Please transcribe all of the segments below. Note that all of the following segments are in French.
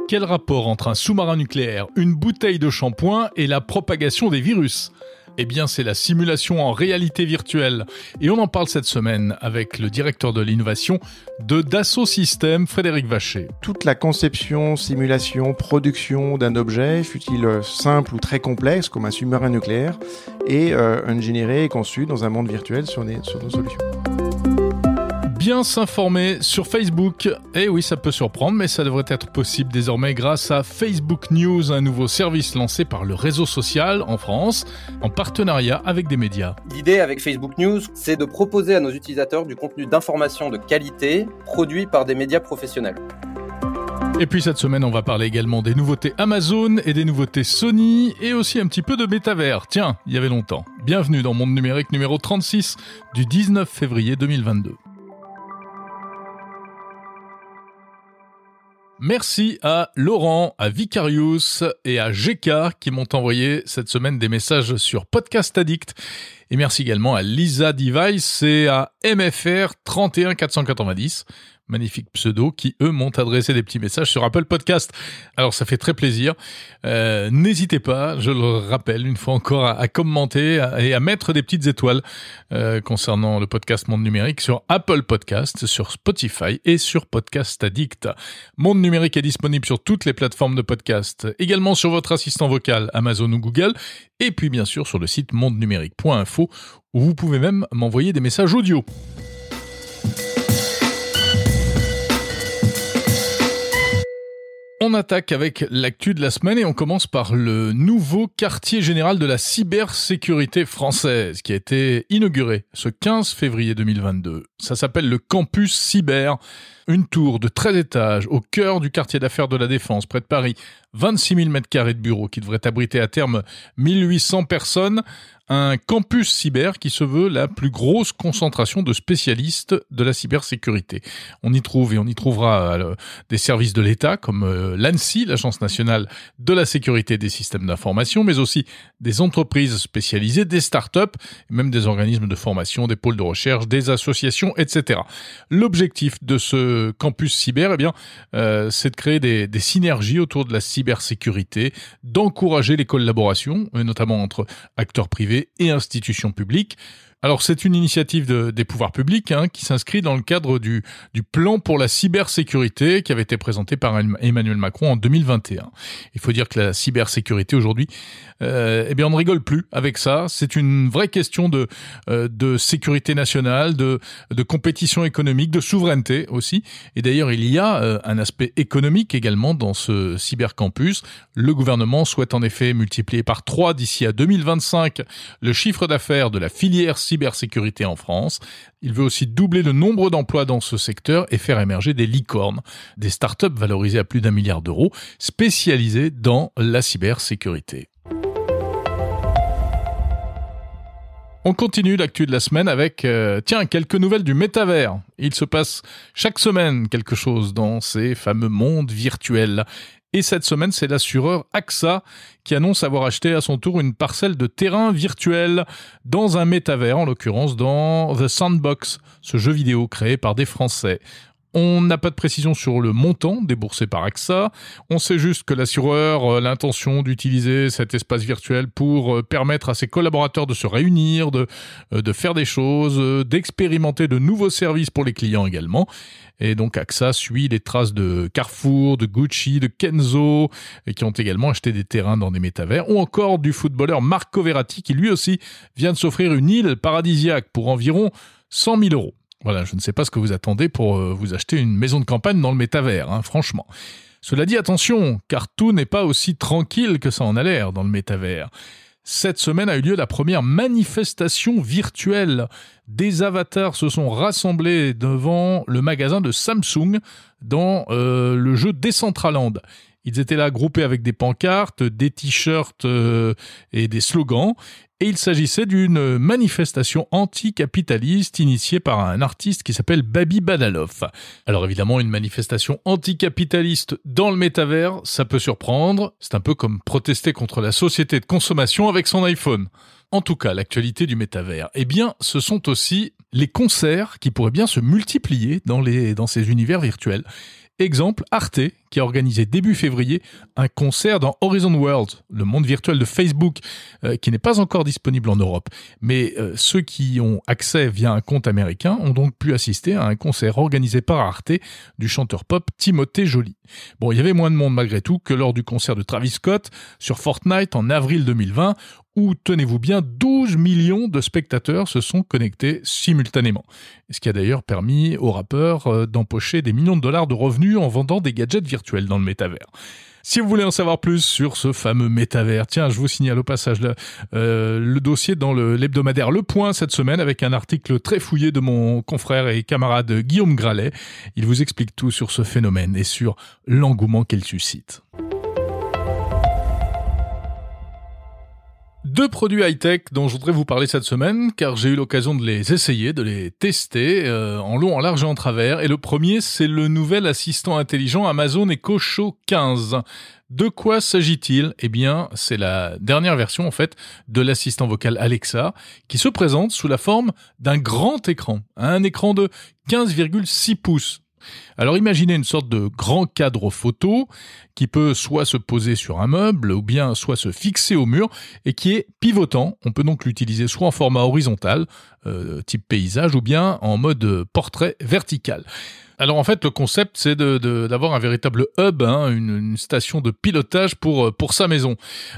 Quel rapport entre un sous-marin nucléaire, une bouteille de shampoing et la propagation des virus ? Eh bien, c'est la simulation en réalité virtuelle. Et on en parle cette semaine avec le directeur de l'innovation de Dassault Systèmes, Frédéric Vacher. Toute la conception, simulation, production d'un objet, fût-il simple ou très complexe, comme un sous-marin nucléaire, est ingénierée et conçue dans un monde virtuel sur nos solutions. Bien s'informer sur Facebook. Eh oui, ça peut surprendre, mais ça devrait être possible désormais grâce à Facebook News, un nouveau service lancé par le réseau social en France, en partenariat avec des médias. L'idée avec Facebook News, c'est de proposer à nos utilisateurs du contenu d'information de qualité, produit par des médias professionnels. Et puis cette semaine, on va parler également des nouveautés Amazon et des nouveautés Sony, et aussi un petit peu de métavers. Tiens, il y avait longtemps. Bienvenue dans Monde Numérique numéro 36 du 19 février 2022. Merci à Laurent, à Vicarious et à GK qui m'ont envoyé cette semaine des messages sur Podcast Addict. Et merci également à Lisa Device et à MFR 31490. Magnifique pseudo, qui eux m'ont adressé des petits messages sur Apple Podcast. Alors ça fait très plaisir. N'hésitez pas, je le rappelle une fois encore, à commenter et à mettre des petites étoiles concernant le podcast Monde Numérique sur Apple Podcast, sur Spotify et sur Podcast Addict. Monde Numérique est disponible sur toutes les plateformes de podcast, également sur votre assistant vocal Amazon ou Google, et puis bien sûr sur le site mondenumérique.info où vous pouvez même m'envoyer des messages audio. On attaque avec l'actu de la semaine et on commence par le nouveau quartier général de la cybersécurité française qui a été inauguré ce 15 février 2022. Ça s'appelle le Campus Cyber, une tour de 13 étages au cœur du quartier d'affaires de la Défense, près de Paris. 26 000 m² de bureaux qui devraient abriter à terme 1800 personnes. Un campus cyber qui se veut la plus grosse concentration de spécialistes de la cybersécurité. On y trouve et on y trouvera des services de l'État comme l'ANSSI, l'Agence nationale de la sécurité des systèmes d'information, mais aussi des entreprises spécialisées, des startups, même des organismes de formation, des pôles de recherche, des associations, etc. L'objectif de ce campus cyber, c'est de créer des synergies autour de la cybersécurité, d'encourager les collaborations, notamment entre acteurs privés et institutions publiques. Alors c'est une initiative des pouvoirs publics qui s'inscrit dans le cadre du plan pour la cybersécurité qui avait été présenté par Emmanuel Macron en 2021. Il faut dire que la cybersécurité aujourd'hui, on ne rigole plus avec ça. C'est une vraie question de sécurité nationale, de compétition économique, de souveraineté aussi. Et d'ailleurs, il y a un aspect économique également dans ce cybercampus. Le gouvernement souhaite en effet multiplier par 3 d'ici à 2025 le chiffre d'affaires de la filière cybersécurité en France. Il veut aussi doubler le nombre d'emplois dans ce secteur et faire émerger des licornes, des startups valorisées à plus d'1 milliard d'euros, spécialisées dans la cybersécurité. On continue l'actu de la semaine avec, quelques nouvelles du métavers. Il se passe chaque semaine quelque chose dans ces fameux mondes virtuels. Et cette semaine, c'est l'assureur AXA qui annonce avoir acheté à son tour une parcelle de terrain virtuel dans un métavers, en l'occurrence dans The Sandbox, ce jeu vidéo créé par des Français. On n'a pas de précision sur le montant déboursé par AXA. On sait juste que l'assureur a l'intention d'utiliser cet espace virtuel pour permettre à ses collaborateurs de se réunir, de faire des choses, d'expérimenter de nouveaux services pour les clients également. Et donc AXA suit les traces de Carrefour, de Gucci, de Kenzo, et qui ont également acheté des terrains dans des métavers, ou encore du footballeur Marco Verratti qui lui aussi vient de s'offrir une île paradisiaque pour environ 100 000 euros. Voilà, je ne sais pas ce que vous attendez pour vous acheter une maison de campagne dans le métavers, franchement. Cela dit, attention, car tout n'est pas aussi tranquille que ça en a l'air dans le métavers. Cette semaine a eu lieu la première manifestation virtuelle. Des avatars se sont rassemblés devant le magasin de Samsung dans le jeu Decentraland. Ils étaient là groupés avec des pancartes, des t-shirts et des slogans. Et il s'agissait d'une manifestation anticapitaliste initiée par un artiste qui s'appelle Babi Badalov. Alors évidemment, une manifestation anticapitaliste dans le métavers, ça peut surprendre. C'est un peu comme protester contre la société de consommation avec son iPhone. En tout cas, l'actualité du métavers, ce sont aussi les concerts qui pourraient bien se multiplier dans ces univers virtuels. Exemple, Arte, qui a organisé début février un concert dans Horizon World, le monde virtuel de Facebook, qui n'est pas encore disponible en Europe. Mais ceux qui ont accès via un compte américain ont donc pu assister à un concert organisé par Arte du chanteur pop Timothée Joly. Bon, il y avait moins de monde malgré tout que lors du concert de Travis Scott sur Fortnite en avril 2020, où, tenez-vous bien, 12 millions de spectateurs se sont connectés simultanément. Ce qui a d'ailleurs permis aux rappeurs d'empocher des millions de dollars de revenus en vendant des gadgets virtuels dans le métavers. Si vous voulez en savoir plus sur ce fameux métavers, tiens, je vous signale au passage le dossier dans l'hebdomadaire Le Point cette semaine avec un article très fouillé de mon confrère et camarade Guillaume Gralet. Il vous explique tout sur ce phénomène et sur l'engouement qu'il suscite. 2 produits high-tech dont je voudrais vous parler cette semaine, car j'ai eu l'occasion de les essayer, de les tester en long, en large et en travers. Et le premier, c'est le nouvel assistant intelligent Amazon Echo Show 15. De quoi s'agit-il ? Eh bien, c'est la dernière version, en fait, de l'assistant vocal Alexa, qui se présente sous la forme d'un grand écran, un écran de 15,6 pouces. Alors imaginez une sorte de grand cadre photo qui peut soit se poser sur un meuble ou bien soit se fixer au mur et qui est pivotant. On peut donc l'utiliser soit en format horizontal, type paysage, ou bien en mode portrait vertical. Alors en fait, le concept, c'est d'avoir un véritable hub, une station de pilotage pour sa maison.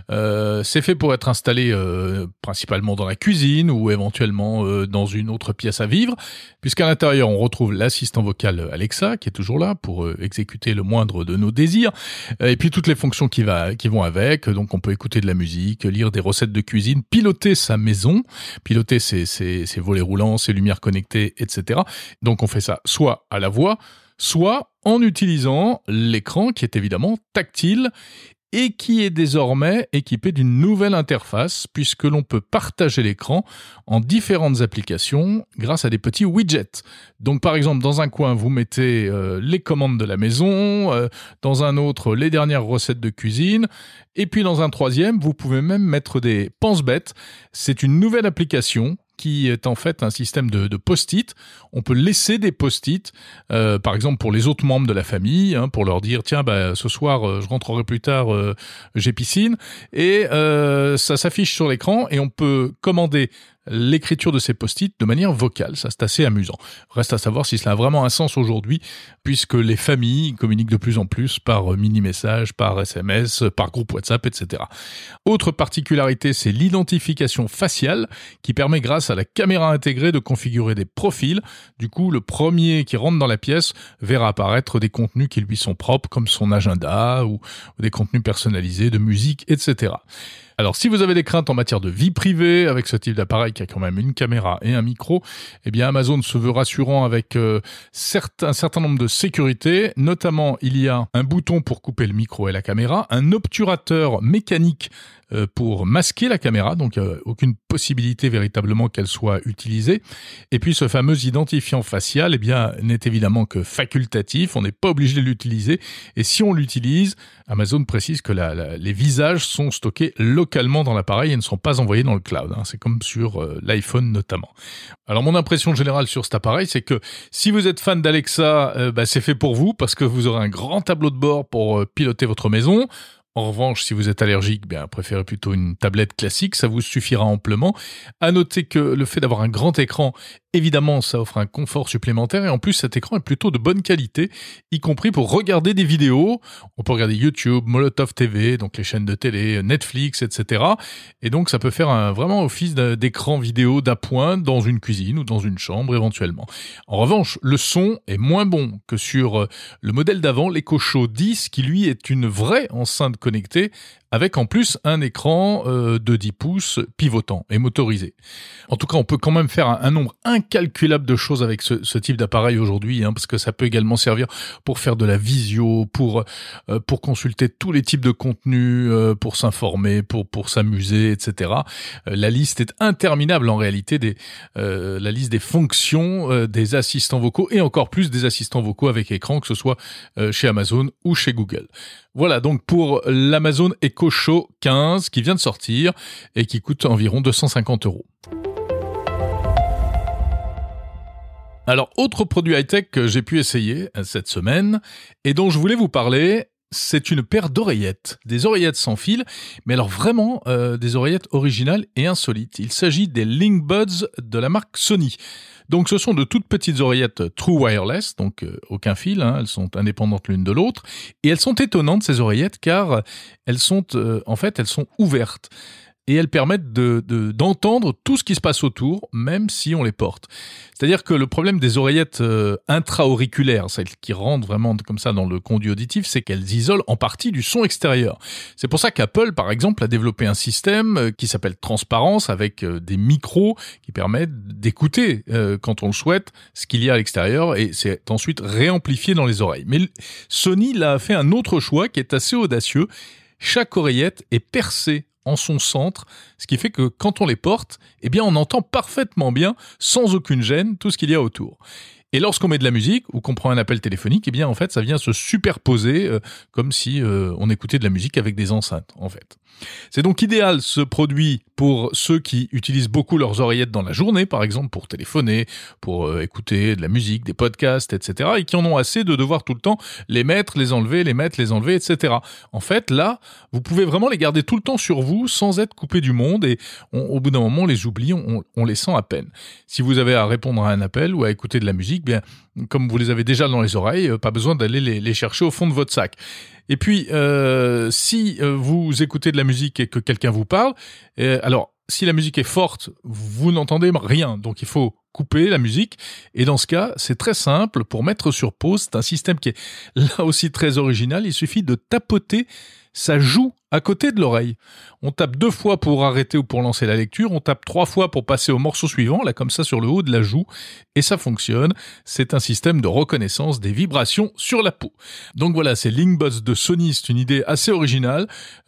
C'est fait pour être installé principalement dans la cuisine ou éventuellement dans une autre pièce à vivre, puisqu'à l'intérieur, on retrouve l'assistant vocal Alexa, qui est toujours là pour exécuter le moindre de nos désirs, et puis toutes les fonctions qui vont avec. Donc on peut écouter de la musique, lire des recettes de cuisine, piloter sa maison, piloter ses volets roulants, ses lumières connectées, etc. Donc on fait ça soit à la voix, soit en utilisant l'écran qui est évidemment tactile et qui est désormais équipé d'une nouvelle interface puisque l'on peut partager l'écran en différentes applications grâce à des petits widgets. Donc par exemple, dans un coin, vous mettez les commandes de la maison, dans un autre, les dernières recettes de cuisine, et puis dans un troisième, vous pouvez même mettre des pense-bêtes. C'est une nouvelle application qui est en fait un système de post-it. On peut laisser des post-it, par exemple pour les autres membres de la famille, pour leur dire tiens, ce soir je rentrerai plus tard, j'ai piscine, et ça s'affiche sur l'écran et on peut commander l'écriture de ces post-it de manière vocale. Ça, c'est assez amusant. Reste à savoir si cela a vraiment un sens aujourd'hui, puisque les familles communiquent de plus en plus par mini-message, par SMS, par groupe WhatsApp, etc. Autre particularité, c'est l'identification faciale qui permet, grâce à la caméra intégrée, de configurer des profils. Du coup, le premier qui rentre dans la pièce verra apparaître des contenus qui lui sont propres, comme son agenda ou des contenus personnalisés de musique, etc. Alors, si vous avez des craintes en matière de vie privée avec ce type d'appareil qui a quand même une caméra et un micro, eh bien Amazon se veut rassurant avec un certain nombre de sécurités. Notamment, il y a un bouton pour couper le micro et la caméra, un obturateur mécanique pour masquer la caméra, donc aucune possibilité véritablement qu'elle soit utilisée. Et puis ce fameux identifiant facial, eh bien, n'est évidemment que facultatif, on n'est pas obligé de l'utiliser. Et si on l'utilise, Amazon précise que les visages sont stockés localement dans l'appareil et ne sont pas envoyés dans le cloud. C'est comme sur l'iPhone notamment. Alors mon impression générale sur cet appareil, c'est que si vous êtes fan d'Alexa, c'est fait pour vous parce que vous aurez un grand tableau de bord pour piloter votre maison. En revanche, si vous êtes allergique, préférez plutôt une tablette classique, ça vous suffira amplement. À noter que le fait d'avoir un grand écran, évidemment, ça offre un confort supplémentaire et en plus, cet écran est plutôt de bonne qualité, y compris pour regarder des vidéos. On peut regarder YouTube, Molotov TV, donc les chaînes de télé, Netflix, etc. Et donc, ça peut faire vraiment office d'écran vidéo d'appoint dans une cuisine ou dans une chambre éventuellement. En revanche, le son est moins bon que sur le modèle d'avant, l'Echo Show 10, qui lui est une vraie enceinte connectée avec en plus un écran de 10 pouces pivotant et motorisé. En tout cas, on peut quand même faire un nombre incalculable de choses avec ce type d'appareil aujourd'hui, parce que ça peut également servir pour faire de la visio, pour consulter tous les types de contenus, pour s'informer, pour s'amuser, etc. La liste est interminable en réalité, la liste des fonctions des assistants vocaux et encore plus des assistants vocaux avec écran, que ce soit chez Amazon ou chez Google. Voilà donc pour l'Amazon Echo Show 15 qui vient de sortir et qui coûte environ 250 €. Alors, autre produit high-tech que j'ai pu essayer cette semaine et dont je voulais vous parler, c'est une paire d'oreillettes, des oreillettes sans fil, mais alors vraiment des oreillettes originales et insolites. Il s'agit des LinkBuds de la marque Sony. Donc ce sont de toutes petites oreillettes True Wireless, donc aucun fil, elles sont indépendantes l'une de l'autre, et elles sont étonnantes ces oreillettes car elles sont elles sont ouvertes. Et elles permettent d'entendre tout ce qui se passe autour, même si on les porte. C'est-à-dire que le problème des oreillettes intra-auriculaires, celles qui rentrent vraiment comme ça dans le conduit auditif, c'est qu'elles isolent en partie du son extérieur. C'est pour ça qu'Apple, par exemple, a développé un système qui s'appelle Transparence, avec des micros qui permettent d'écouter, quand on le souhaite, ce qu'il y a à l'extérieur, et c'est ensuite réamplifié dans les oreilles. Mais Sony là, a fait un autre choix qui est assez audacieux. Chaque oreillette est percée en son centre, ce qui fait que quand on les porte, eh bien on entend parfaitement bien, sans aucune gêne, tout ce qu'il y a autour. Et lorsqu'on met de la musique ou qu'on prend un appel téléphonique, eh bien en fait ça vient se superposer comme si on écoutait de la musique avec des enceintes en fait. C'est donc idéal ce produit pour ceux qui utilisent beaucoup leurs oreillettes dans la journée, par exemple pour téléphoner, pour écouter de la musique, des podcasts, etc. et qui en ont assez de devoir tout le temps les mettre, les enlever, les mettre, les enlever, etc. En fait, là, vous pouvez vraiment les garder tout le temps sur vous sans être coupé du monde et au bout d'un moment, on les oublie, on les sent à peine. Si vous avez à répondre à un appel ou à écouter de la musique, bien, comme vous les avez déjà dans les oreilles, pas besoin d'aller les chercher au fond de votre sac. Et puis, si vous écoutez de la musique et que quelqu'un vous parle, alors, si la musique est forte, vous n'entendez rien. Donc, il faut couper la musique. Et dans ce cas, c'est très simple. Pour mettre sur pause, c'est un système qui est là aussi très original. Il suffit de tapoter sa joue à côté de l'oreille. On tape 2 fois pour arrêter ou pour lancer la lecture, on tape 3 fois pour passer au morceau suivant, là comme ça sur le haut de la joue, et ça fonctionne. C'est un système de reconnaissance des vibrations sur la peau. Donc voilà, c'est LinkBuds de Sony, c'est une idée assez originale.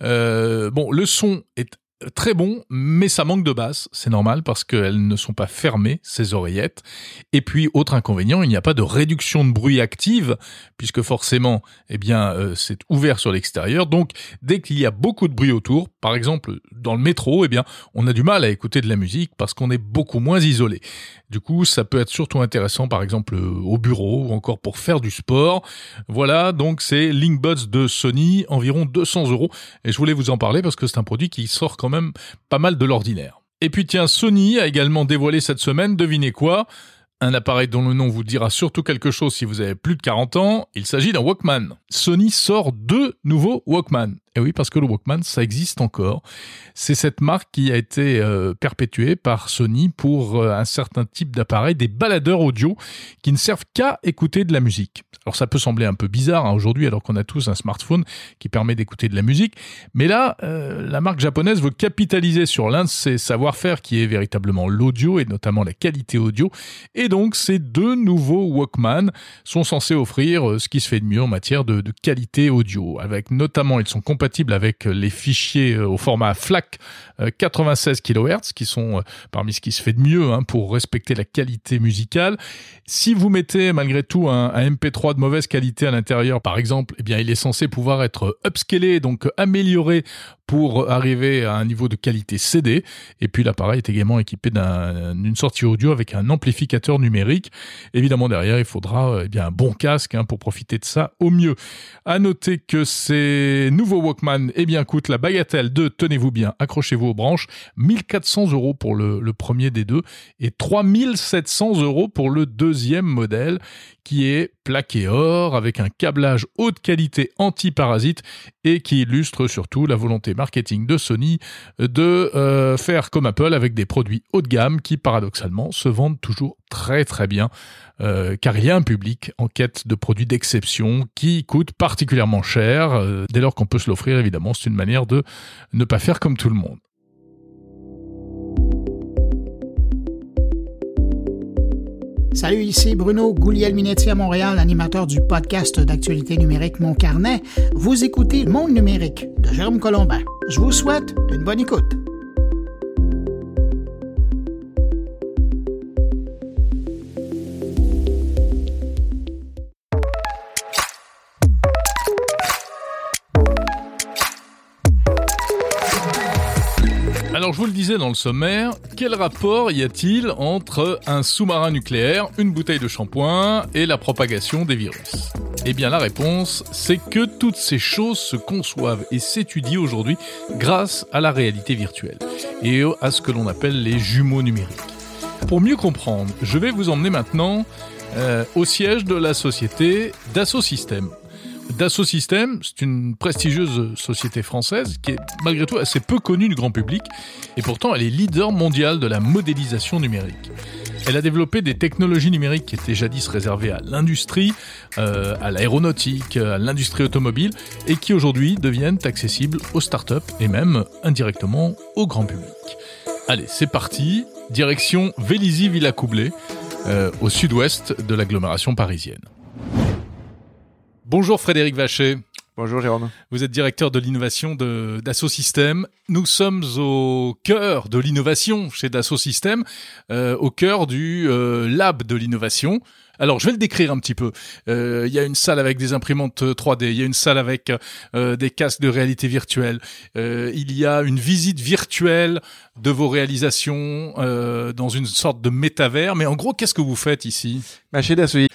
Le son est très bon, mais ça manque de basse, c'est normal parce qu'elles ne sont pas fermées, ces oreillettes. Et puis, autre inconvénient, il n'y a pas de réduction de bruit active, puisque forcément, c'est ouvert sur l'extérieur. Donc, dès qu'il y a beaucoup de bruit autour, par exemple dans le métro, on a du mal à écouter de la musique parce qu'on est beaucoup moins isolé. Du coup, ça peut être surtout intéressant, par exemple, au bureau ou encore pour faire du sport. Voilà, donc c'est LinkBuds de Sony, environ 200 €. Et je voulais vous en parler parce que c'est un produit qui sort quand même pas mal de l'ordinaire. Et puis tiens, Sony a également dévoilé cette semaine, devinez quoi ? Un appareil dont le nom vous dira surtout quelque chose si vous avez plus de 40 ans, il s'agit d'un Walkman. Sony sort 2 nouveaux Walkman. Et oui, parce que le Walkman, ça existe encore. C'est cette marque qui a été perpétuée par Sony pour un certain type d'appareil, des baladeurs audio qui ne servent qu'à écouter de la musique. Alors ça peut sembler un peu bizarre aujourd'hui, alors qu'on a tous un smartphone qui permet d'écouter de la musique. Mais là, la marque japonaise veut capitaliser sur l'un de ses savoir-faire qui est véritablement l'audio et notamment la qualité audio. Et donc, ces 2 nouveaux Walkman sont censés offrir ce qui se fait de mieux en matière de qualité audio. Avec notamment, ils sont compatibles avec les fichiers au format FLAC 96 kHz, qui sont parmi ce qui se fait de mieux pour respecter la qualité musicale. Si vous mettez malgré tout un MP3 de mauvaise qualité à l'intérieur, par exemple, il est censé pouvoir être upscalé, donc amélioré pour arriver à un niveau de qualité CD. Et puis l'appareil est également équipé d'une sortie audio avec un amplificateur numérique. Évidemment, derrière, il faudra un bon casque pour profiter de ça au mieux. À noter que ces nouveaux Walkman coûtent la bagatelle de, tenez-vous bien, accrochez-vous aux branches, 1 400 € pour le premier des deux et 3 700 € pour le deuxième modèle qui est plaqué or avec un câblage haute qualité anti-parasite et qui illustre surtout la volonté marketing de Sony de faire comme Apple avec des produits haut de gamme qui paradoxalement se vendent toujours très très bien car il y a un public en quête de produits d'exception qui coûtent particulièrement cher. Dès lors qu'on peut se l'offrir, évidemment, c'est une manière de ne pas faire comme tout le monde. Salut, ici Bruno Guglielminetti à Montréal, animateur du podcast d'actualité numérique Mon Carnet. Vous écoutez Monde numérique de Jérôme Colombin. Je vous souhaite une bonne écoute. Alors je vous le disais dans le sommaire, quel rapport y a-t-il entre un sous-marin nucléaire, une bouteille de shampoing et la propagation des virus ? Eh bien la réponse, c'est que toutes ces choses se conçoivent et s'étudient aujourd'hui grâce à la réalité virtuelle et à ce que l'on appelle les jumeaux numériques. Pour mieux comprendre, je vais vous emmener maintenant au siège de la société Dassault Systèmes. Dassault Systèmes, c'est une prestigieuse société française qui est malgré tout assez peu connue du grand public et pourtant elle est leader mondial de la modélisation numérique. Elle a développé des technologies numériques qui étaient jadis réservées à l'industrie, à l'aéronautique, à l'industrie automobile et qui aujourd'hui deviennent accessibles aux startups et même indirectement au grand public. Allez, c'est parti, direction Vélizy-Villacoublay, au sud-ouest de l'agglomération parisienne. Bonjour Frédéric Vachet. Bonjour Jérôme. Vous êtes directeur de l'innovation de Dassault Systèmes. Nous sommes au cœur de l'innovation chez Dassault Systèmes, au cœur du lab de l'innovation. Alors, je vais le décrire un petit peu. Il y a une salle avec des imprimantes 3D, il y a une salle avec des casques de réalité virtuelle, il y a une visite virtuelle de vos réalisations dans une sorte de métavers. Mais en gros, qu'est-ce que vous faites ici ? Chez Dassault,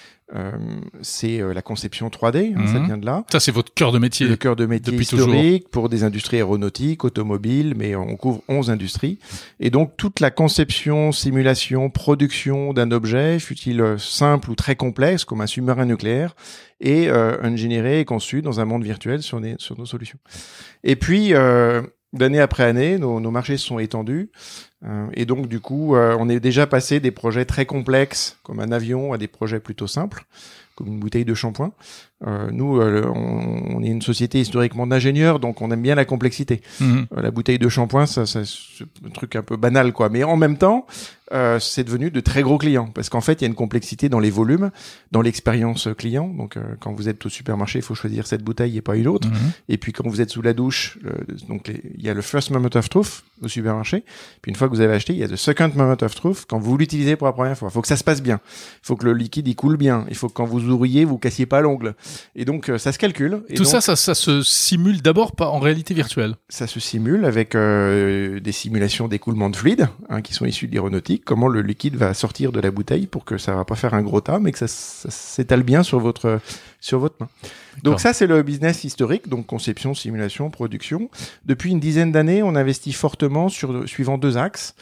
c'est la conception 3D, ça vient de là. Ça, c'est votre cœur de métier. Le cœur de métier depuis historique toujours. Pour des industries aéronautiques, automobiles, mais on couvre 11 industries. Et donc, toute la conception, simulation, production d'un objet, fût-il simple ou très complexe, comme un sous-marin nucléaire, est ingénieré et conçu dans un monde virtuel sur nos solutions. Et puis, d'année après année, nos marchés se sont étendus. Et donc, du coup, on est déjà passé des projets très complexes, comme un avion, à des projets plutôt simples, comme une bouteille de shampoing. Nous, on est une société historiquement d'ingénieurs, donc on aime bien la complexité. La bouteille de shampoing, ça c'est un truc un peu banal, quoi. Mais en même temps, c'est devenu de très gros clients, parce qu'en fait, il y a une complexité dans les volumes, dans l'expérience client. Donc, quand vous êtes au supermarché, il faut choisir cette bouteille et pas une autre. Et puis, quand vous êtes sous la douche, il y a le first moment of truth au supermarché. Puis, une fois que vous avez acheté, il y a le second moment of truth quand vous l'utilisez pour la première fois. Il faut que ça se passe bien. Il faut que le liquide, il coule bien. Il faut que quand vous ouvriez, vous cassiez pas l'ongle. Et donc, ça se calcule. Et tout donc, ça se simule d'abord pas en réalité virtuelle. Ça se simule avec des simulations d'écoulement de fluide, qui sont issues de l'aéronautique. Comment le liquide va sortir de la bouteille pour que ça va pas faire un gros tas, mais que ça s'étale bien sur votre main. D'accord. Donc ça, c'est le business historique, donc conception, simulation, production. Depuis une dizaine d'années, on investit fortement suivant deux axes,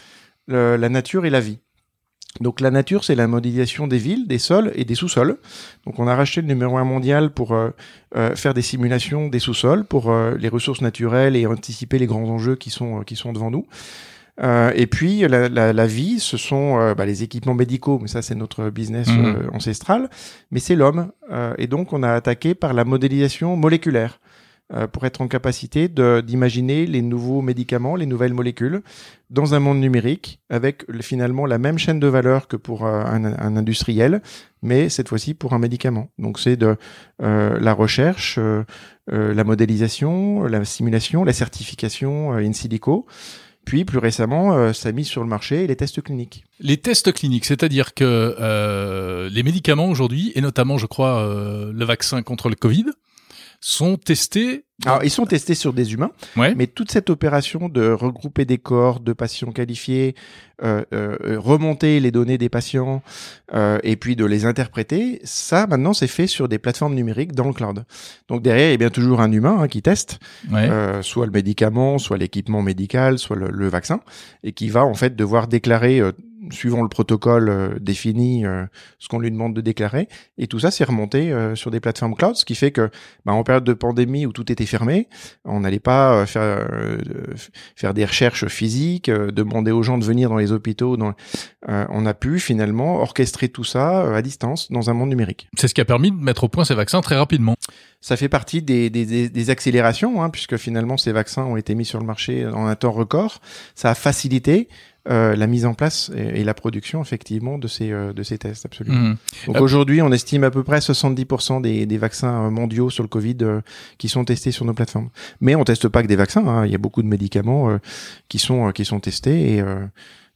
la nature et la vie. Donc la nature, c'est la modélisation des villes, des sols et des sous-sols. Donc on a racheté le numéro 1 mondial pour faire des simulations des sous-sols pour les ressources naturelles et anticiper les grands enjeux qui sont devant nous. Et puis la vie, ce sont les équipements médicaux, mais ça c'est notre business ancestral, mais c'est l'homme. Et donc on a attaqué par la modélisation moléculaire pour être en capacité d'imaginer les nouveaux médicaments, les nouvelles molécules dans un monde numérique avec finalement la même chaîne de valeur que pour un industriel, mais cette fois-ci pour un médicament. Donc c'est de la recherche, la modélisation, la simulation, la certification in silico. Puis, plus récemment, ça a mis sur le marché les tests cliniques. Les tests cliniques, c'est-à-dire que les médicaments aujourd'hui, et notamment, je crois, le vaccin contre le Covid, sont testés... Alors, ils sont testés sur des humains, mais toute cette opération de regrouper des corps de patients qualifiés, remonter les données des patients et puis de les interpréter, ça, maintenant, c'est fait sur des plateformes numériques dans le cloud. Donc, derrière, il y a bien toujours un humain qui teste, soit le médicament, soit l'équipement médical, soit le vaccin, et qui va en fait devoir déclarer... suivant le protocole défini, ce qu'on lui demande de déclarer. Et tout ça, c'est remonté sur des plateformes cloud, ce qui fait que, en période de pandémie où tout était fermé, on n'allait pas faire des recherches physiques, demander aux gens de venir dans les hôpitaux. On a pu finalement orchestrer tout ça à distance dans un monde numérique. C'est ce qui a permis de mettre au point ces vaccins très rapidement. Ça fait partie des accélérations, puisque finalement ces vaccins ont été mis sur le marché en un temps record. Ça a facilité la mise en place et la production effectivement de ces tests, absolument. Donc aujourd'hui, on estime à peu près 70% des vaccins mondiaux sur le Covid qui sont testés sur nos plateformes. Mais on teste pas que des vaccins, il y a beaucoup de médicaments qui sont testés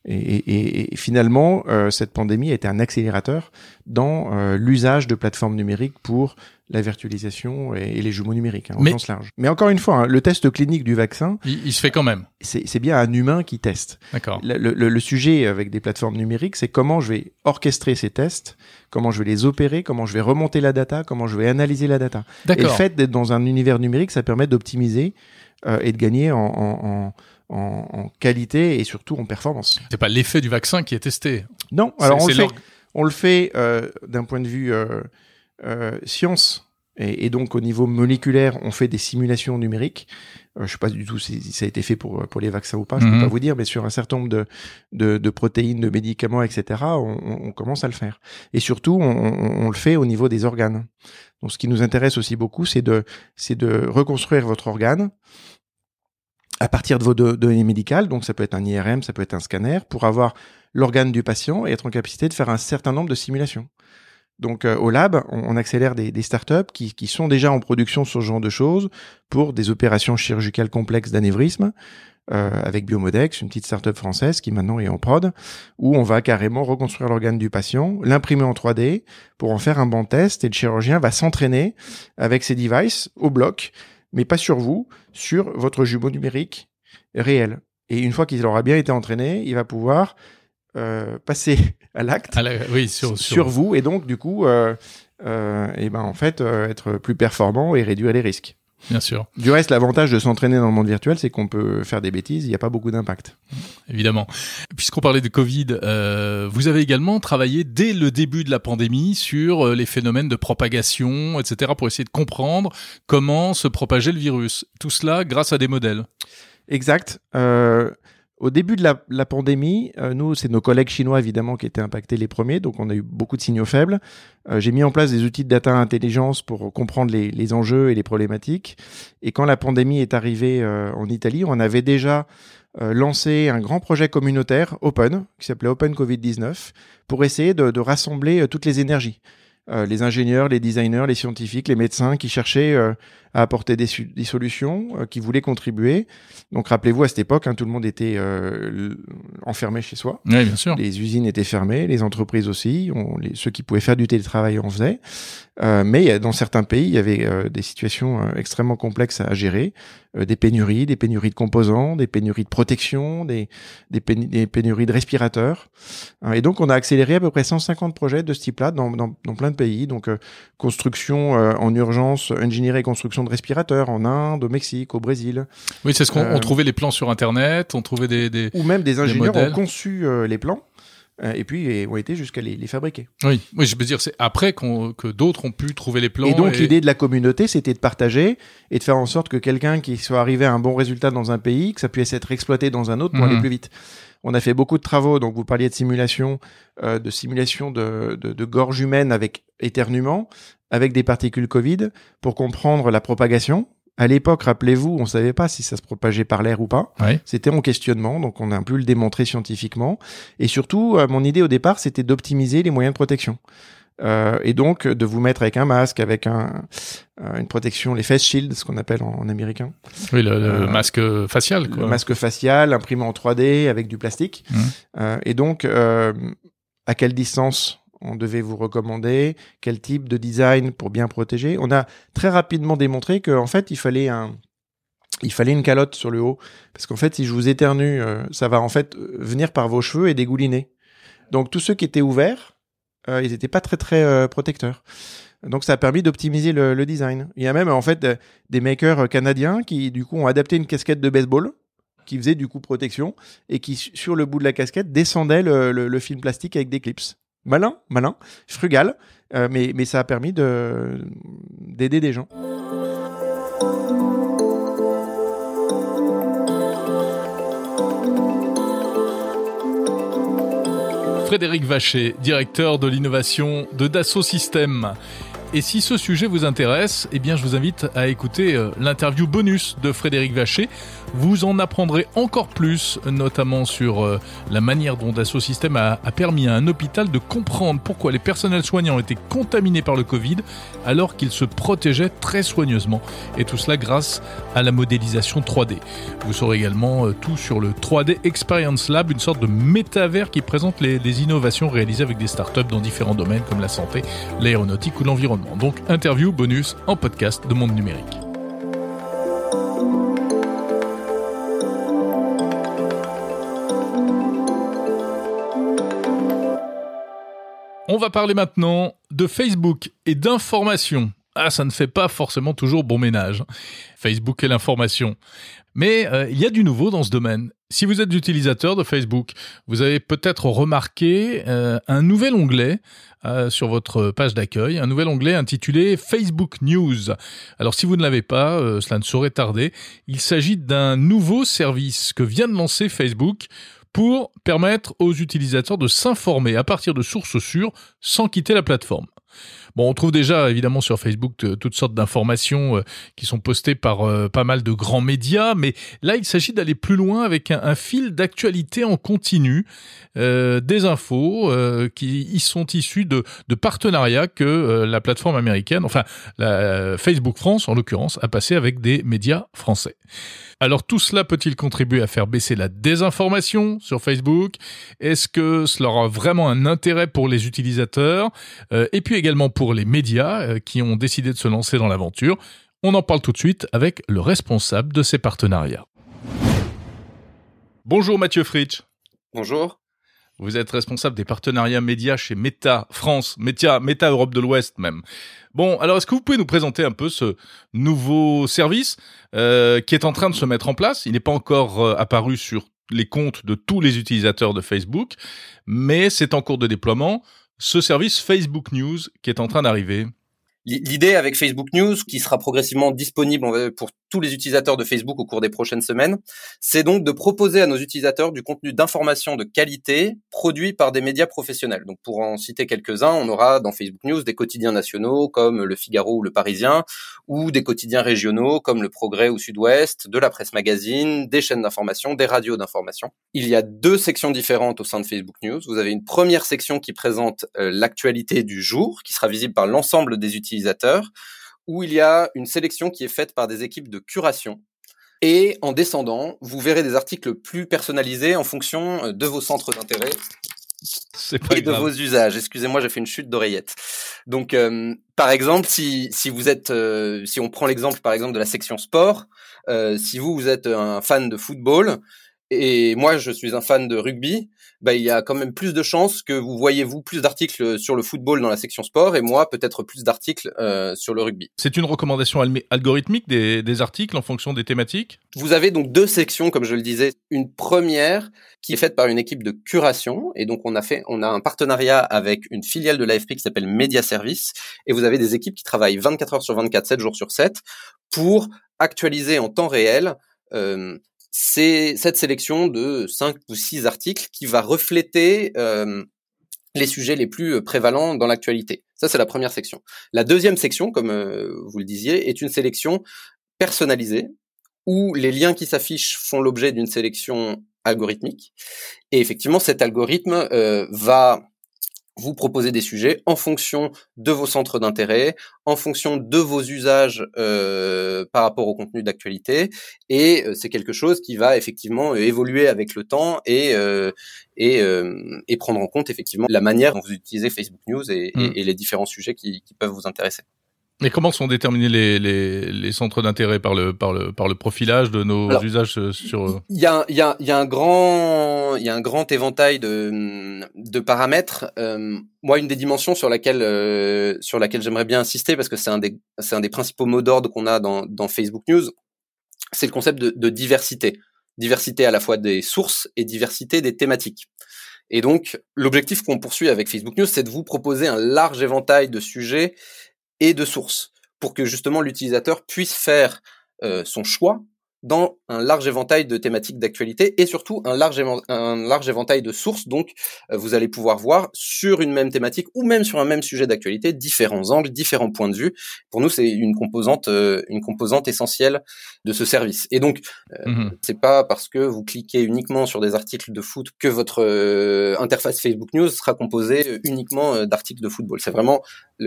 Et finalement, cette pandémie a été un accélérateur dans l'usage de plateformes numériques pour la virtualisation et les jumeaux numériques, au sens large. Mais encore une fois, le test clinique du vaccin... Il se fait quand même. C'est bien un humain qui teste. D'accord. Le sujet avec des plateformes numériques, c'est comment je vais orchestrer ces tests, comment je vais les opérer, comment je vais remonter la data, comment je vais analyser la data. D'accord. Et le fait d'être dans un univers numérique, ça permet d'optimiser et de gagner en qualité et surtout en performance. C'est pas l'effet du vaccin qui est testé. Non, alors on le fait d'un point de vue science et donc au niveau moléculaire, on fait des simulations numériques. Je sais pas du tout si ça a été fait pour les vaccins ou pas, je peux pas vous dire, mais sur un certain nombre de protéines, de médicaments, etc., on commence à le faire. Et surtout, on le fait au niveau des organes. Donc ce qui nous intéresse aussi beaucoup, c'est de reconstruire votre organe à partir de vos données médicales, donc ça peut être un IRM, ça peut être un scanner, pour avoir l'organe du patient et être en capacité de faire un certain nombre de simulations. Donc au lab, on accélère des startups qui sont déjà en production sur ce genre de choses pour des opérations chirurgicales complexes d'anévrisme, avec Biomodex, une petite startup française qui maintenant est en prod, où on va carrément reconstruire l'organe du patient, l'imprimer en 3D pour en faire un bon test, et le chirurgien va s'entraîner avec ses devices au bloc, mais pas sur vous, sur votre jumeau numérique réel. Et une fois qu'il aura bien été entraîné, il va pouvoir passer à l'acte sur vous, et donc du coup être plus performant et réduire les risques. Bien sûr. Du reste, l'avantage de s'entraîner dans le monde virtuel, c'est qu'on peut faire des bêtises, il n'y a pas beaucoup d'impact. Évidemment. Puisqu'on parlait de Covid, vous avez également travaillé dès le début de la pandémie sur les phénomènes de propagation, etc., pour essayer de comprendre comment se propageait le virus. Tout cela grâce à des modèles. Exact. Au début de la pandémie, nous, c'est nos collègues chinois, évidemment, qui étaient impactés les premiers, donc on a eu beaucoup de signaux faibles. J'ai mis en place des outils de data intelligence pour comprendre les enjeux et les problématiques. Et quand la pandémie est arrivée en Italie, on avait déjà lancé un grand projet communautaire open, qui s'appelait Open Covid-19, pour essayer de rassembler toutes les énergies. Les ingénieurs, les designers, les scientifiques, les médecins qui cherchaient à apporter des solutions, qui voulaient contribuer. Donc rappelez-vous, à cette époque, tout le monde était enfermé chez soi. Oui, bien sûr. Les usines étaient fermées, les entreprises aussi. Ceux qui pouvaient faire du télétravail en faisaient. Mais dans certains pays, il y avait des situations extrêmement complexes à gérer. Des pénuries de composants, des pénuries de protection, des pénuries de respirateurs. Et donc, on a accéléré à peu près 150 projets de ce type-là dans plein de pays. Donc, construction en urgence, ingénierie et construction de respirateurs en Inde, au Mexique, au Brésil. Oui, c'est ce qu'on trouvait les plans sur Internet, on trouvait des ou même des ingénieurs modèles. Ont conçu les plans. Et puis ont été jusqu'à les fabriquer. Oui, je veux dire, c'est après que d'autres ont pu trouver les plans. Et donc l'idée de la communauté, c'était de partager et de faire en sorte que quelqu'un qui soit arrivé à un bon résultat dans un pays, que ça puisse être exploité dans un autre pour aller plus vite. On a fait beaucoup de travaux, donc vous parliez de simulation de gorge humaine avec éternuement, avec des particules Covid, pour comprendre la propagation. À l'époque, rappelez-vous, on savait pas si ça se propageait par l'air ou pas. Ouais. C'était en questionnement, donc on a pu le démontrer scientifiquement. Et surtout, mon idée au départ, c'était d'optimiser les moyens de protection. Et donc, de vous mettre avec un masque, avec une protection, les face shields, ce qu'on appelle en américain. Oui, le masque facial, quoi. Le masque facial, imprimé en 3D, avec du plastique. Et donc, à quelle distance on devait vous recommander, quel type de design pour bien protéger. On a très rapidement démontré qu'en fait, il fallait une calotte sur le haut. Parce qu'en fait, si je vous éternue, ça va en fait venir par vos cheveux et dégouliner. Donc, tous ceux qui étaient ouverts, ils n'étaient pas très, très protecteurs. Donc, ça a permis d'optimiser le design. Il y a même, en fait, des makers canadiens qui, du coup, ont adapté une casquette de baseball qui faisait, du coup, protection et qui, sur le bout de la casquette, descendait le film plastique avec des clips. Malin, frugal, mais ça a permis d'aider des gens. Frédéric Vacher, directeur de l'innovation de Dassault Systèmes. Et si ce sujet vous intéresse, eh bien je vous invite à écouter l'interview bonus de Frédéric Vacher. Vous en apprendrez encore plus, notamment sur la manière dont Dassault Systèmes a permis à un hôpital de comprendre pourquoi les personnels soignants étaient contaminés par le Covid alors qu'ils se protégeaient très soigneusement. Et tout cela grâce à la modélisation 3D. Vous saurez également tout sur le 3D Experience Lab, une sorte de métavers qui présente les innovations réalisées avec des startups dans différents domaines comme la santé, l'aéronautique ou l'environnement. Donc, interview bonus en podcast de Monde Numérique. On va parler maintenant de Facebook et d'information. Ah, ça ne fait pas forcément toujours bon ménage. Facebook et l'information. Mais il y a du nouveau dans ce domaine. Si vous êtes utilisateur de Facebook, vous avez peut-être remarqué un nouvel onglet sur votre page d'accueil, un nouvel onglet intitulé Facebook News. Alors si vous ne l'avez pas, cela ne saurait tarder. Il s'agit d'un nouveau service que vient de lancer Facebook pour permettre aux utilisateurs de s'informer à partir de sources sûres sans quitter la plateforme. Bon, on trouve déjà évidemment sur Facebook toutes sortes d'informations qui sont postées par pas mal de grands médias, mais là il s'agit d'aller plus loin avec un fil d'actualité en continu, des infos qui y sont issues de partenariats que la plateforme américaine, enfin la Facebook France en l'occurrence, a passé avec des médias français. Alors tout cela peut-il contribuer à faire baisser la désinformation sur Facebook ? Est-ce que cela aura vraiment un intérêt pour les utilisateurs ? Et puis également pour les médias qui ont décidé de se lancer dans l'aventure. On en parle tout de suite avec le responsable de ces partenariats. Bonjour Mathieu Fritsch. Bonjour. Vous êtes responsable des partenariats médias chez Meta France, Meta Europe de l'Ouest même. Bon, alors est-ce que vous pouvez nous présenter un peu ce nouveau service qui est en train de se mettre en place ? Il n'est pas encore apparu sur les comptes de tous les utilisateurs de Facebook, mais c'est en cours de déploiement. Ce service Facebook News qui est en train d'arriver. L'idée avec Facebook News, qui sera progressivement disponible pour tous les utilisateurs de Facebook au cours des prochaines semaines, c'est donc de proposer à nos utilisateurs du contenu d'information de qualité produit par des médias professionnels. Donc pour en citer quelques-uns, on aura dans Facebook News des quotidiens nationaux comme Le Figaro ou Le Parisien, ou des quotidiens régionaux comme Le Progrès ou Sud-Ouest, de la presse magazine, des chaînes d'information, des radios d'information. Il y a 2 sections différentes au sein de Facebook News. Vous avez une première section qui présente l'actualité du jour, qui sera visible par l'ensemble des utilisateurs, où il y a une sélection qui est faite par des équipes de curation. Et en descendant, vous verrez des articles plus personnalisés en fonction de vos centres d'intérêt et de vos usages. Excusez-moi, j'ai fait une chute d'oreillette. Donc, par exemple, si on prend l'exemple par exemple de la section sport, si vous êtes un fan de football et moi je suis un fan de rugby, il y a quand même plus de chances que vous voyez plus d'articles sur le football dans la section sport et moi peut-être plus d'articles sur le rugby. C'est une recommandation algorithmique des articles en fonction des thématiques ? Vous avez donc 2 sections, comme je le disais. Une première qui est faite par une équipe de curation et donc on a un partenariat avec une filiale de l'AFP qui s'appelle Media Service et vous avez des équipes qui travaillent 24 heures sur 24, 7 jours sur 7 pour actualiser en temps réel c'est cette sélection de 5 ou 6 articles qui va refléter les sujets les plus prévalents dans l'actualité. Ça, c'est la première section. La deuxième section, comme vous le disiez, est une sélection personnalisée où les liens qui s'affichent font l'objet d'une sélection algorithmique. Et effectivement, cet algorithme va vous proposer des sujets en fonction de vos centres d'intérêt, en fonction de vos usages par rapport au contenu d'actualité, et c'est quelque chose qui va effectivement évoluer avec le temps et prendre en compte effectivement la manière dont vous utilisez Facebook News et les différents sujets qui peuvent vous intéresser. Et comment sont déterminés les centres d'intérêt par le profilage de nos usages sur... Il y a un grand éventail de paramètres. Moi, une des dimensions sur laquelle j'aimerais bien insister, parce que c'est un des principaux mots d'ordre qu'on a dans Facebook News, c'est le concept de diversité. Diversité à la fois des sources et diversité des thématiques. Et donc, l'objectif qu'on poursuit avec Facebook News, c'est de vous proposer un large éventail de sujets et de sources pour que justement l'utilisateur puisse faire son choix dans un large éventail de thématiques d'actualité et surtout un large éventail de sources. Donc, vous allez pouvoir voir sur une même thématique ou même sur un même sujet d'actualité différents angles, différents points de vue. Pour nous, c'est une composante essentielle de ce service. Et donc, c'est pas parce que vous cliquez uniquement sur des articles de foot que votre interface Facebook News sera composée uniquement d'articles de football. C'est vraiment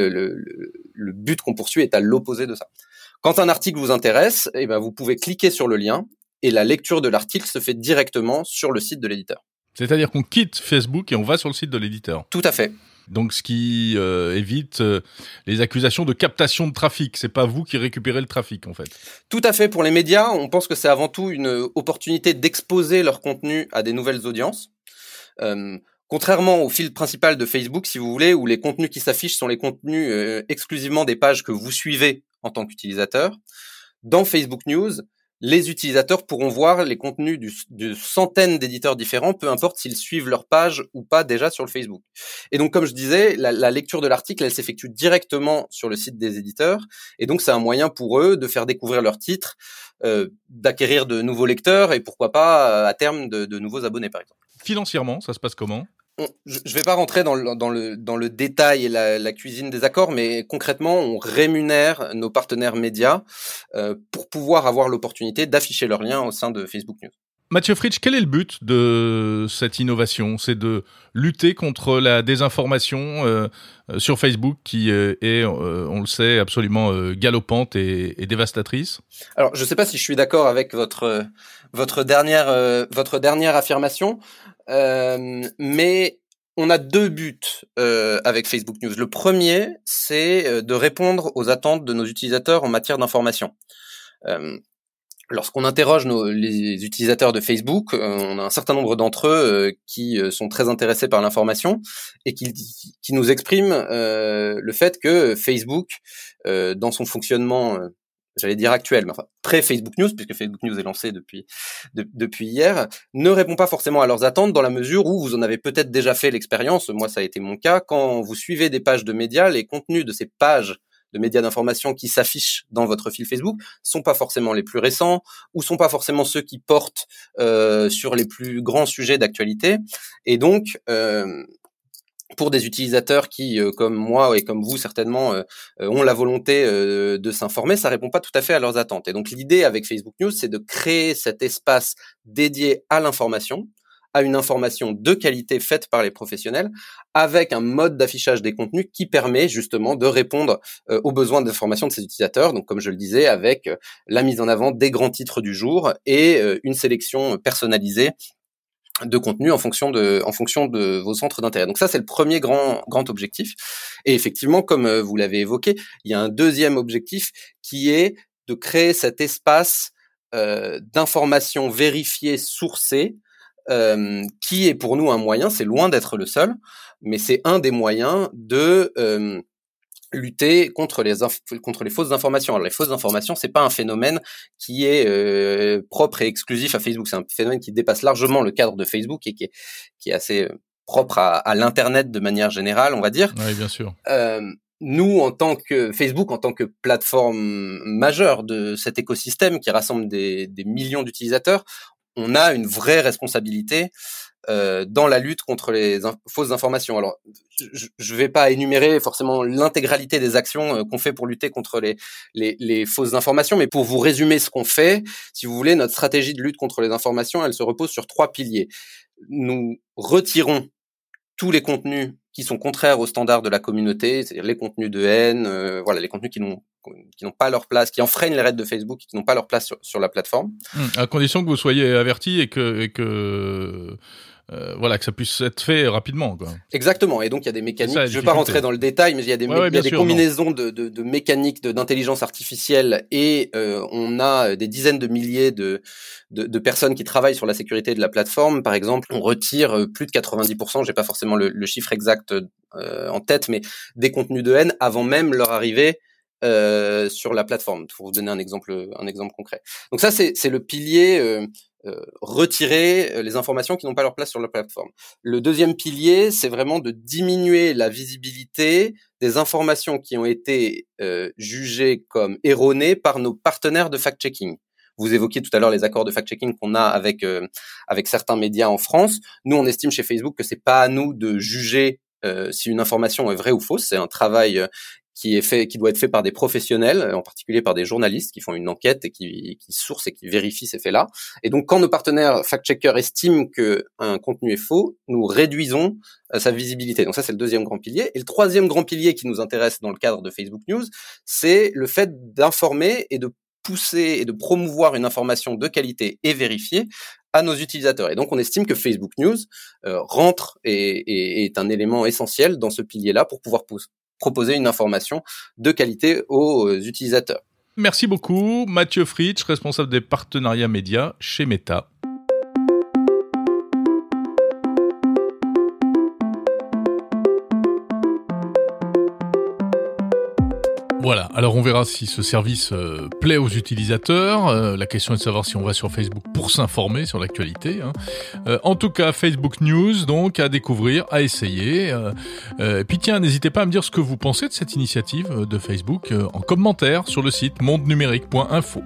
le but qu'on poursuit est à l'opposé de ça. Quand un article vous intéresse, eh ben vous pouvez cliquer sur le lien et la lecture de l'article se fait directement sur le site de l'éditeur. C'est-à-dire qu'on quitte Facebook et on va sur le site de l'éditeur. Tout à fait. Donc, ce qui évite les accusations de captation de trafic. C'est pas vous qui récupérez le trafic, en fait. Tout à fait. Pour les médias, on pense que c'est avant tout une opportunité d'exposer leur contenu à des nouvelles audiences. Contrairement au fil principal de Facebook, si vous voulez, où les contenus qui s'affichent sont les contenus exclusivement des pages que vous suivez en tant qu'utilisateur, dans Facebook News, les utilisateurs pourront voir les contenus de centaines d'éditeurs différents, peu importe s'ils suivent leur page ou pas déjà sur le Facebook. Et donc, comme je disais, la lecture de l'article, elle s'effectue directement sur le site des éditeurs. Et donc, c'est un moyen pour eux de faire découvrir leur titre, d'acquérir de nouveaux lecteurs et pourquoi pas, à terme, de nouveaux abonnés, par exemple. Financièrement, ça se passe comment ? Je vais pas rentrer dans le détail et la cuisine des accords, mais concrètement, on rémunère nos partenaires médias pour pouvoir avoir l'opportunité d'afficher leurs liens au sein de Facebook News. Mathieu Fritsch, quel est le but de cette innovation ? C'est de lutter contre la désinformation sur Facebook qui est, on le sait, absolument galopante et dévastatrice. Alors, je sais pas si je suis d'accord avec votre dernière affirmation. Mais on a deux buts avec Facebook News. Le premier, c'est de répondre aux attentes de nos utilisateurs en matière d'information. Lorsqu'on interroge les utilisateurs de Facebook, on a un certain nombre d'entre eux qui sont très intéressés par l'information et qui nous expriment le fait que Facebook, dans son fonctionnement j'allais dire actuel, mais enfin pré-Facebook News, puisque Facebook News est lancé depuis hier, ne répond pas forcément à leurs attentes dans la mesure où vous en avez peut-être déjà fait l'expérience, moi ça a été mon cas, quand vous suivez des pages de médias, les contenus de ces pages de médias d'information qui s'affichent dans votre fil Facebook sont pas forcément les plus récents ou sont pas forcément ceux qui portent sur les plus grands sujets d'actualité. Et donc, pour des utilisateurs qui, comme moi et comme vous certainement, ont la volonté de s'informer, ça répond pas tout à fait à leurs attentes. Et donc l'idée avec Facebook News, c'est de créer cet espace dédié à l'information, à une information de qualité faite par les professionnels, avec un mode d'affichage des contenus qui permet justement de répondre aux besoins d'information de ces utilisateurs. Donc comme je le disais, avec la mise en avant des grands titres du jour et une sélection personnalisée de contenu en fonction de vos centres d'intérêt. Donc ça, c'est le premier grand objectif. Et effectivement, comme vous l'avez évoqué, il y a un deuxième objectif qui est de créer cet espace d'information vérifiée, sourcée, qui est pour nous un moyen, c'est loin d'être le seul, mais c'est un des moyens de lutter contre les fausses informations. Alors les fausses informations, c'est pas un phénomène qui est propre et exclusif à Facebook. C'est un phénomène qui dépasse largement le cadre de Facebook et qui est assez propre à l'internet de manière générale, on va dire. Oui, bien sûr. Nous, en tant que Facebook, en tant que plateforme majeure de cet écosystème qui rassemble des millions d'utilisateurs, on a une vraie responsabilité dans la lutte contre les fausses informations. Alors, je vais pas énumérer forcément l'intégralité des actions qu'on fait pour lutter contre les fausses informations, mais pour vous résumer ce qu'on fait, si vous voulez, notre stratégie de lutte contre les informations, elle se repose sur 3 piliers. Nous retirons tous les contenus qui sont contraires aux standards de la communauté, c'est-à-dire les contenus de haine, les contenus qui n'ont pas leur place, qui enfreignent les règles de Facebook, qui n'ont pas leur place sur la plateforme. À condition que vous soyez averti et que ça puisse être fait rapidement, quoi. Exactement. Et donc il y a des mécaniques. Je ne vais pas rentrer dans le détail, mais il y a des combinaisons de mécaniques d'intelligence artificielle et on a des dizaines de milliers de personnes qui travaillent sur la sécurité de la plateforme. Par exemple, on retire plus de 90%. J'ai pas forcément le chiffre exact en tête, mais des contenus de haine avant même leur arrivée sur la plateforme. Pour vous donner un exemple concret. Donc ça, c'est le pilier. Retirer les informations qui n'ont pas leur place sur la plateforme. Le deuxième pilier, c'est vraiment de diminuer la visibilité des informations qui ont été jugées comme erronées par nos partenaires de fact-checking. Vous évoquiez tout à l'heure les accords de fact-checking qu'on a avec certains médias en France. Nous, on estime chez Facebook que c'est pas à nous de juger si une information est vraie ou fausse. C'est un travail qui doit être fait par des professionnels, en particulier par des journalistes qui font une enquête et qui sourcent et qui vérifient ces faits-là. Et donc, quand nos partenaires fact-checkers estiment qu'un contenu est faux, nous réduisons sa visibilité. Donc ça, c'est le deuxième grand pilier. Et le troisième grand pilier qui nous intéresse dans le cadre de Facebook News, c'est le fait d'informer et de pousser et de promouvoir une information de qualité et vérifiée à nos utilisateurs. Et donc, on estime que Facebook News rentre et est un élément essentiel dans ce pilier-là pour pouvoir proposer une information de qualité aux utilisateurs. Merci beaucoup, Mathieu Fritsch, responsable des partenariats médias chez Meta. Voilà, alors on verra si ce service plaît aux utilisateurs. La question est de savoir si on va sur Facebook pour s'informer sur l'actualité. En tout cas, Facebook News, donc, à découvrir, à essayer. Et puis tiens, n'hésitez pas à me dire ce que vous pensez de cette initiative de Facebook en commentaire sur le site mondenumérique.info.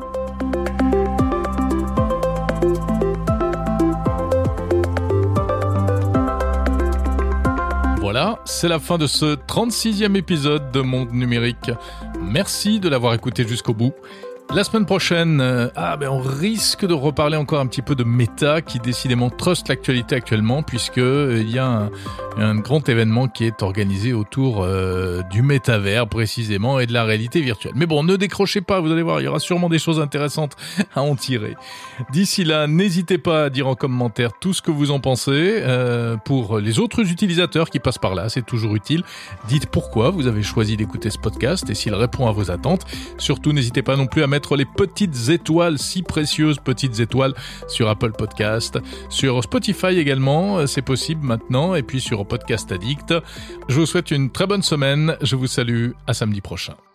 Voilà, c'est la fin de ce 36e épisode de Monde Numérique. Merci de l'avoir écouté jusqu'au bout. La semaine prochaine, on risque de reparler encore un petit peu de Meta qui décidément truste l'actualité actuellement puisque il y a un grand événement qui est organisé autour du métavers précisément et de la réalité virtuelle. Mais bon, ne décrochez pas, vous allez voir, il y aura sûrement des choses intéressantes à en tirer. D'ici là, n'hésitez pas à dire en commentaire tout ce que vous en pensez. Pour les autres utilisateurs qui passent par là, c'est toujours utile. Dites pourquoi vous avez choisi d'écouter ce podcast et s'il répond à vos attentes. Surtout, n'hésitez pas non plus à mettre les petites étoiles, si précieuses petites étoiles sur Apple Podcast, sur Spotify également, c'est possible maintenant, et puis sur Podcast Addict. Je vous souhaite une très bonne semaine, je vous salue, à samedi prochain.